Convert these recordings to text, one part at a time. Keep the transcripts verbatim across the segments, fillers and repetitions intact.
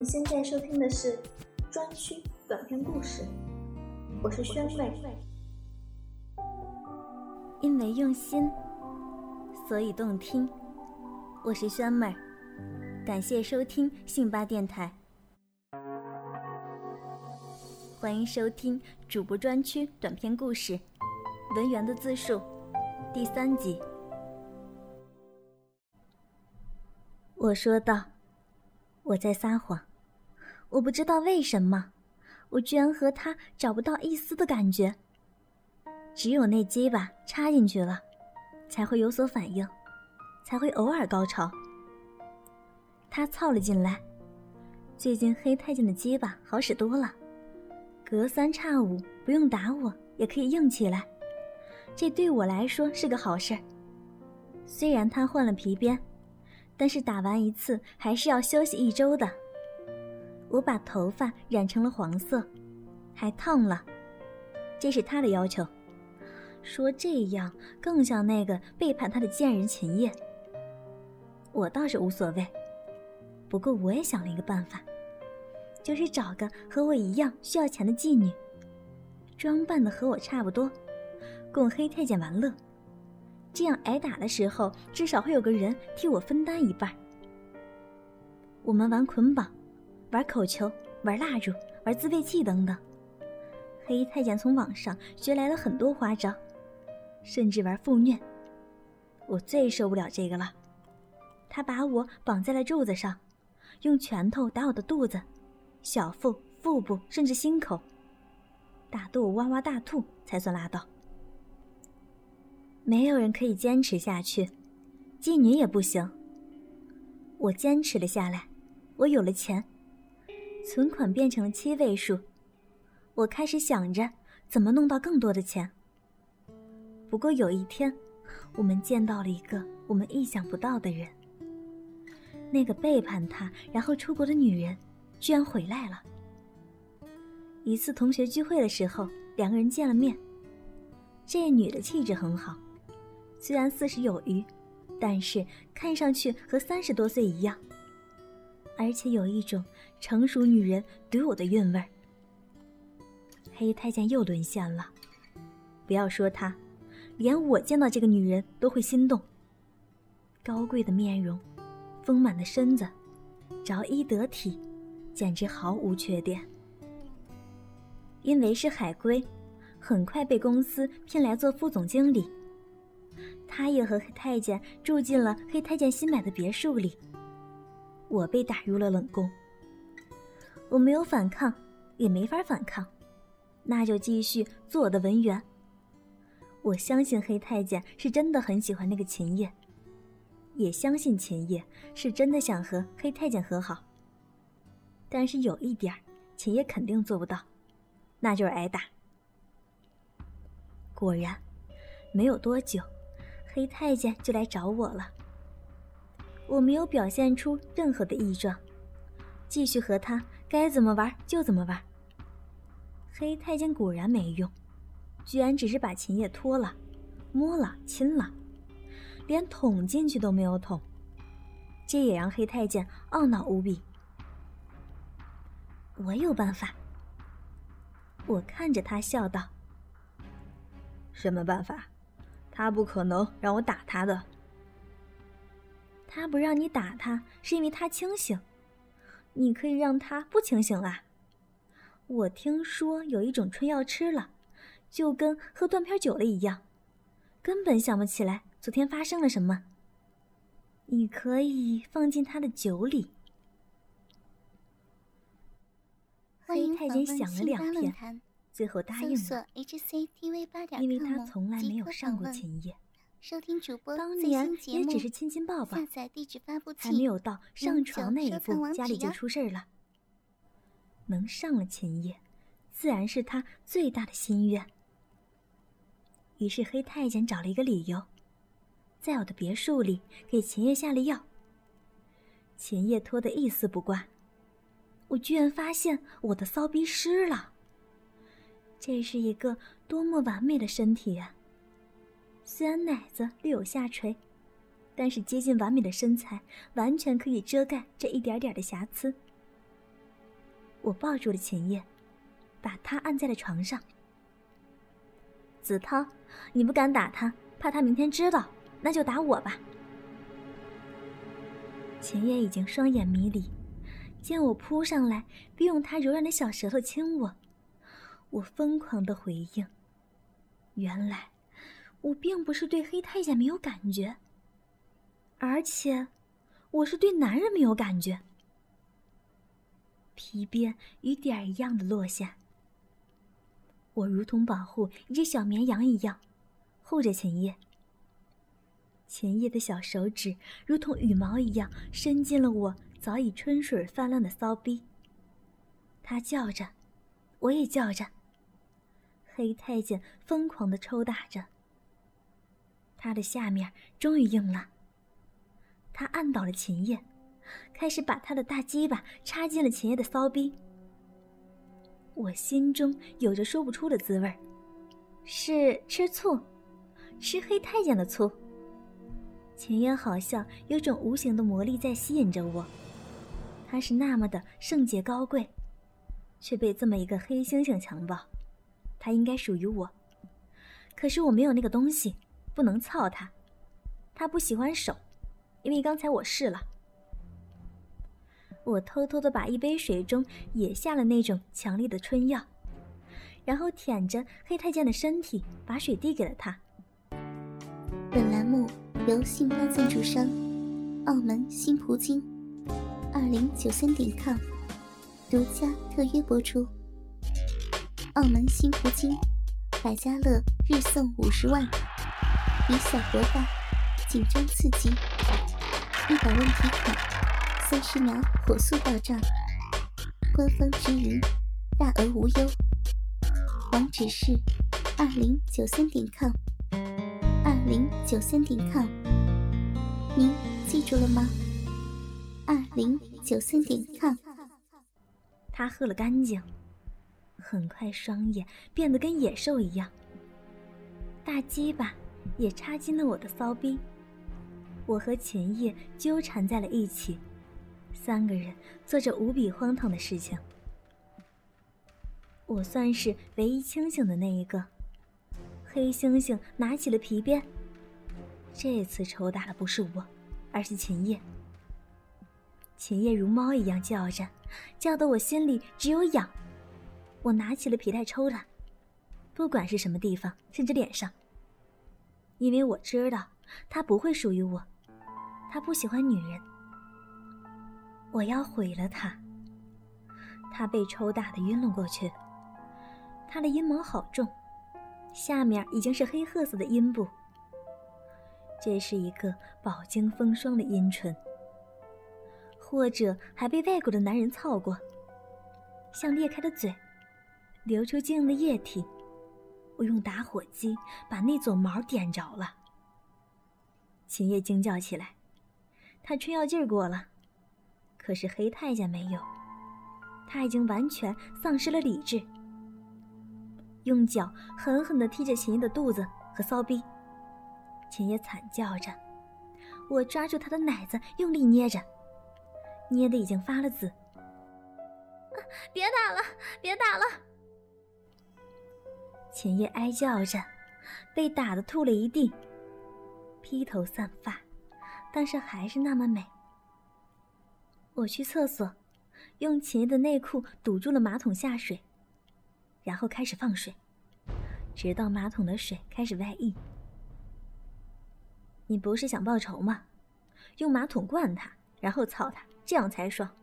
你现在收听的是专区短篇故事，我是宣妹。 因为用心，所以动听。我是宣妹，感谢收听信吧电台。欢迎收听主播专区短篇故事《文员的自述》第三集。我说道，我在撒谎，我不知道为什么，我居然和他找不到一丝的感觉。只有那鸡巴插进去了，才会有所反应，才会偶尔高潮。他凑了进来，最近黑太监的鸡巴好使多了，隔三差五不用打我也可以硬起来，这对我来说是个好事。虽然他换了皮鞭，但是打完一次还是要休息一周的。我把头发染成了黄色，还烫了，这是他的要求，说这样更像那个背叛他的贱人秦叶。我倒是无所谓，不过我也想了一个办法，就是找个和我一样需要钱的妓女，装扮的和我差不多，供黑太监玩乐，这样挨打的时候至少会有个人替我分担一半。我们玩捆绑，玩口球，玩蜡烛，玩自慰器等等。黑太监从网上学来了很多花招，甚至玩妇虐。我最受不了这个了，他把我绑在了柱子上，用拳头打我的肚子、小腹、腹部，甚至心口，打得我哇哇大吐才算拉倒。没有人可以坚持下去，妓女也不行。我坚持了下来，我有了钱，存款变成了七位数，我开始想着怎么弄到更多的钱。不过有一天，我们见到了一个我们意想不到的人，那个背叛他然后出国的女人居然回来了。一次同学聚会的时候，两个人见了面。这女的气质很好，虽然四十有余，但是看上去和三十多岁一样，而且有一种成熟女人独有的韵味。黑太监又沦陷了，不要说他，连我见到这个女人都会心动。高贵的面容，丰满的身子，着衣得体，简直毫无缺点。因为是海归，很快被公司聘来做副总经理。他也和黑太监住进了黑太监新买的别墅里。我被打入了冷宫，我没有反抗，也没法反抗，那就继续做我的文员。我相信黑太监是真的很喜欢那个秦叶，也相信秦叶是真的想和黑太监和好。但是有一点秦叶肯定做不到，那就是挨打。果然没有多久，黑太监就来找我了。我没有表现出任何的异状，继续和他该怎么玩就怎么玩。黑太监果然没用，居然只是把秦叶脱了，摸了，亲了，连捅进去都没有捅，这也让黑太监懊恼无比。我有办法。我看着他笑道， 什么办法？他不可能让我打他的。 他不让你打他是因为他清醒，你可以让他不清醒啊。我听说有一种春药吃了，就跟喝断片酒了一样，根本想不起来昨天发生了什么。你可以放进他的酒里。黑太监想了两天，最后答应了，因为他从来没有上过秦叶，当年也只是亲亲抱抱，还没有到上床那一步，家里就出事了。能上了秦叶，自然是他最大的心愿。于是黑太监找了一个理由，在我的别墅里给秦叶下了药。秦叶脱得一丝不挂，我居然发现我的骚逼湿了。这是一个多么完美的身体啊！虽然奶子略有下垂，但是接近完美的身材完全可以遮盖这一点点的瑕疵。 我抱住了秦叶，把他按在了床上。子韬，你不敢打他，怕他明天知道，那就打我吧。秦叶已经双眼迷离，见我扑上来，并用他柔软的小舌头亲我，我疯狂地回应。原来我并不是对黑太监没有感觉，而且我是对男人没有感觉。皮鞭雨点一样的落下，我如同保护一只小绵羊一样护着秦叶。秦叶的小手指如同羽毛一样伸进了我早已春水泛滥的骚逼，他叫着，我也叫着。黑太监疯狂地抽打着，他的下面终于硬了。他按倒了秦叶，开始把他的大鸡巴插进了秦叶的骚逼。我心中有着说不出的滋味，是吃醋，吃黑太监的醋。秦叶好像有种无形的魔力在吸引着我，他是那么的圣洁高贵，却被这么一个黑猩猩强暴。他应该属于我，可是我没有那个东西，不能操他。他不喜欢手，因为刚才我试了。我偷偷地把一杯水中也下了那种强力的春药，然后舔着黑太监的身体，把水递给了他。 本栏目由信发赞助商澳门新葡京二零九三点 com 独家特约播出。澳门新葡京百家乐日送五十万，以小博大，紧张刺激，一百万提款，三十秒火速到账，官方直营，大额无忧。网址是二零九三点 com， 二零九三点 com， 您记住了吗？二零九三点 com。 他喝了干净。很快双眼变得跟野兽一样，大鸡巴也插进了我的骚逼。我和秦叶纠缠在了一起，三个人做着无比荒唐的事情。我算是唯一清醒的那一个。黑猩猩拿起了皮鞭，这次抽打的不是我，而是秦叶。秦叶如猫一样叫着，叫得我心里只有痒。我拿起了皮带抽他，不管是什么地方，甚至脸上，因为我知道他不会属于我，他不喜欢女人。我要毁了他。他被抽打得晕了过去，他的阴毛好重，下面已经是黑褐色的阴部，这是一个饱经风霜的阴唇，或者还被外国的男人操过，像裂开的嘴，流出晶莹的液体。我用打火机把那撮毛点着了。秦叶惊叫起来，他春药劲儿过了，可是黑太监没有，他已经完全丧失了理智，用脚狠狠地踢着秦叶的肚子和骚逼。秦叶惨叫着，我抓住他的奶子用力捏着，捏得已经发了紫。啊，别打了，别打了！秦叶哀叫着，被打得吐了一地，披头散发，但是还是那么美。我去厕所，用秦叶的内裤堵住了马桶下水，然后开始放水，直到马桶的水开始外溢。你不是想报仇吗？用马桶灌他，然后操他，这样才爽。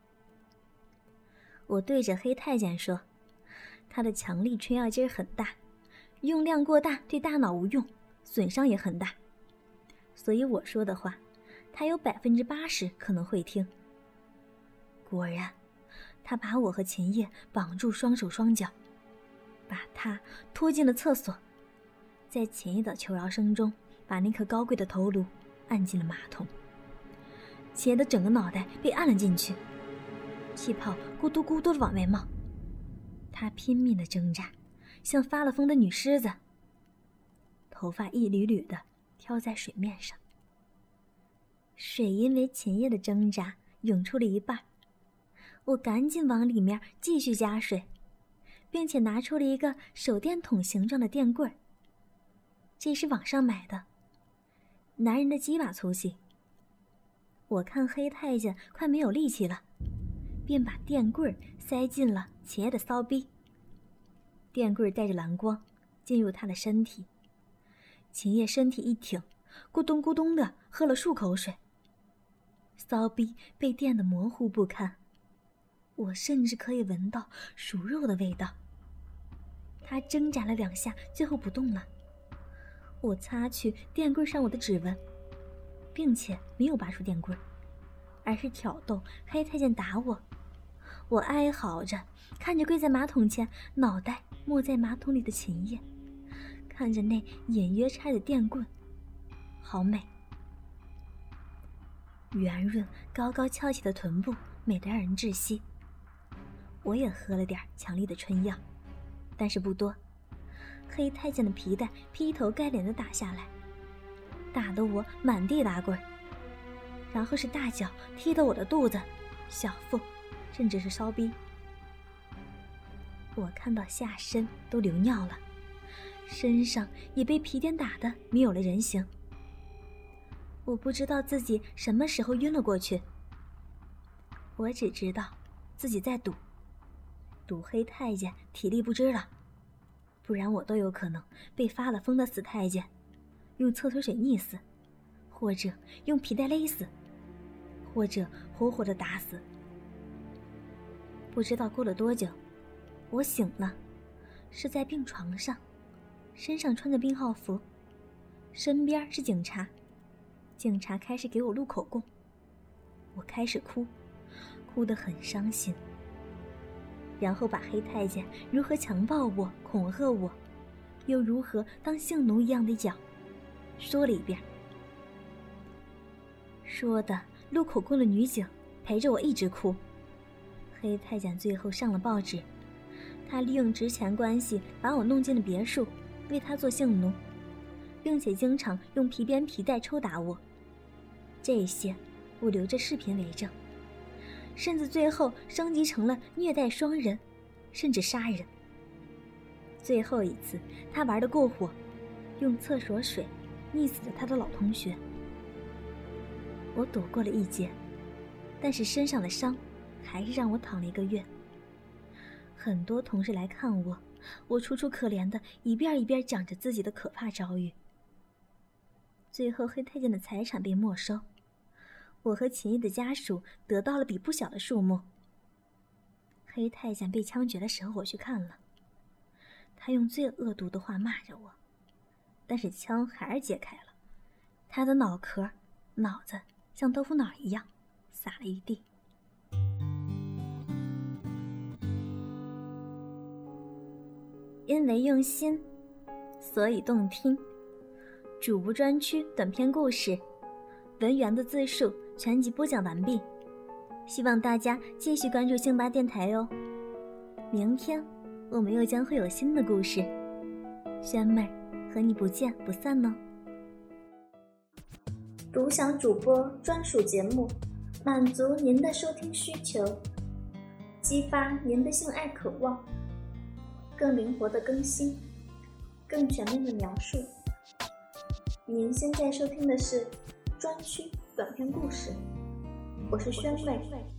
我对着黑太监说，他的强力春药劲儿很大，用量过大对大脑无用，损伤也很大，所以我说的话他有百分之八十可能会听。果然，他把我和秦叶绑住双手双脚，把他拖进了厕所，在秦叶的求饶声中把那颗高贵的头颅按进了马桶。秦叶的整个脑袋被按了进去，气泡咕嘟咕嘟的往外冒，他拼命的挣扎，像发了疯的女狮子，头发一缕缕的飘在水面上。水因为秦叶的挣扎涌出了一半， 我赶紧往里面继续加水，并且拿出了一个手电筒形状的电棍，这是网上买的，男人的鸡巴粗细。我看黑太监快没有力气了，便把电棍塞进了秦叶的骚逼。电棍带着蓝光进入他的身体，秦叶身体一挺，咕咚咕咚的喝了数口水，骚逼被电得模糊不堪，我甚至可以闻到熟肉的味道。他挣扎了两下，最后不动了。我擦去电棍上我的指纹，并且没有拔出电棍，而是挑逗黑太监打我。我哀嚎着看着跪在马桶前，脑袋没在马桶里的秦叶，看着那隐约插的电棍，好美。圆润高高翘起的臀部美得让人窒息。我也喝了点强力的春药，但是不多。黑太监的皮带劈头盖脸地打下来，打得我满地打滚，然后是大脚踢到我的肚子、小腹，甚至是骚逼。我看到下身都流尿了，身上也被皮鞭打得没有了人形。我不知道自己什么时候晕了过去，我只知道自己在赌，赌黑太监体力不支了，不然我都有可能被发了疯的死太监用厕所水溺死，或者用皮带勒死，或者活活的打死。不知道过了多久，我醒了，是在病床上，身上穿着病号服，身边是警察。警察开始给我录口供，我开始哭，哭得很伤心，然后把黑太监如何强暴我、恐吓我，又如何当性奴一样的咬，说了一遍。说的录口供的女警陪着我一直哭。黑太监最后上了报纸，他利用职权关系把我弄进了别墅，为他做性奴，并且经常用皮鞭皮带抽打我。这些我留着视频为证，甚至最后升级成了虐待双人，甚至杀人。最后一次他玩得过火，用厕所水溺死了他的老同学。我躲过了一劫，但是身上的伤还是让我躺了一个月。很多同事来看我，我楚楚可怜的一遍一遍讲着自己的可怕遭遇。最后黑太监的财产被没收，我和秦毅的家属得到了笔不小的数目。黑太监被枪决的时候我去看了，他用最恶毒的话骂着我，但是枪还是解开了，他的脑壳、脑子像豆腐脑一样撒了一地。因为用心，所以动听。主播专区短篇故事，文源的自述全集播讲完毕，希望大家继续关注星巴电台哦。明天我们又将会有新的故事，萱妹和你不见不散哦。 独享主播专属节目，满足您的收听需求，激发您的性爱渴望，更灵活的更新，更全面的描述。您现在收听的是专区短篇故事，我是萱妹。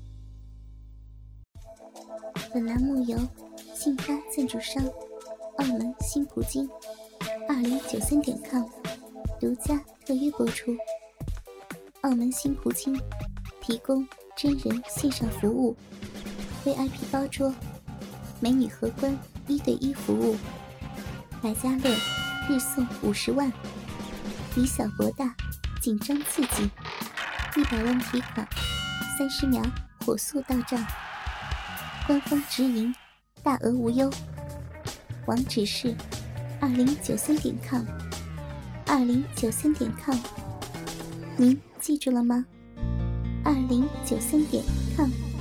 本栏目由信发赞助商澳门新葡京二零九三点 com 独家特约播出。澳门新葡京提供真人线上服务， V I P 包桌，美女荷官一对一服务，百家乐日送五十万，以小博大，紧张刺激，一百万提款，三十秒火速到账，官方直营，大额无忧。网址是二零九三点 com， 二零九三点 com， 您记住了吗？二零九三点 com。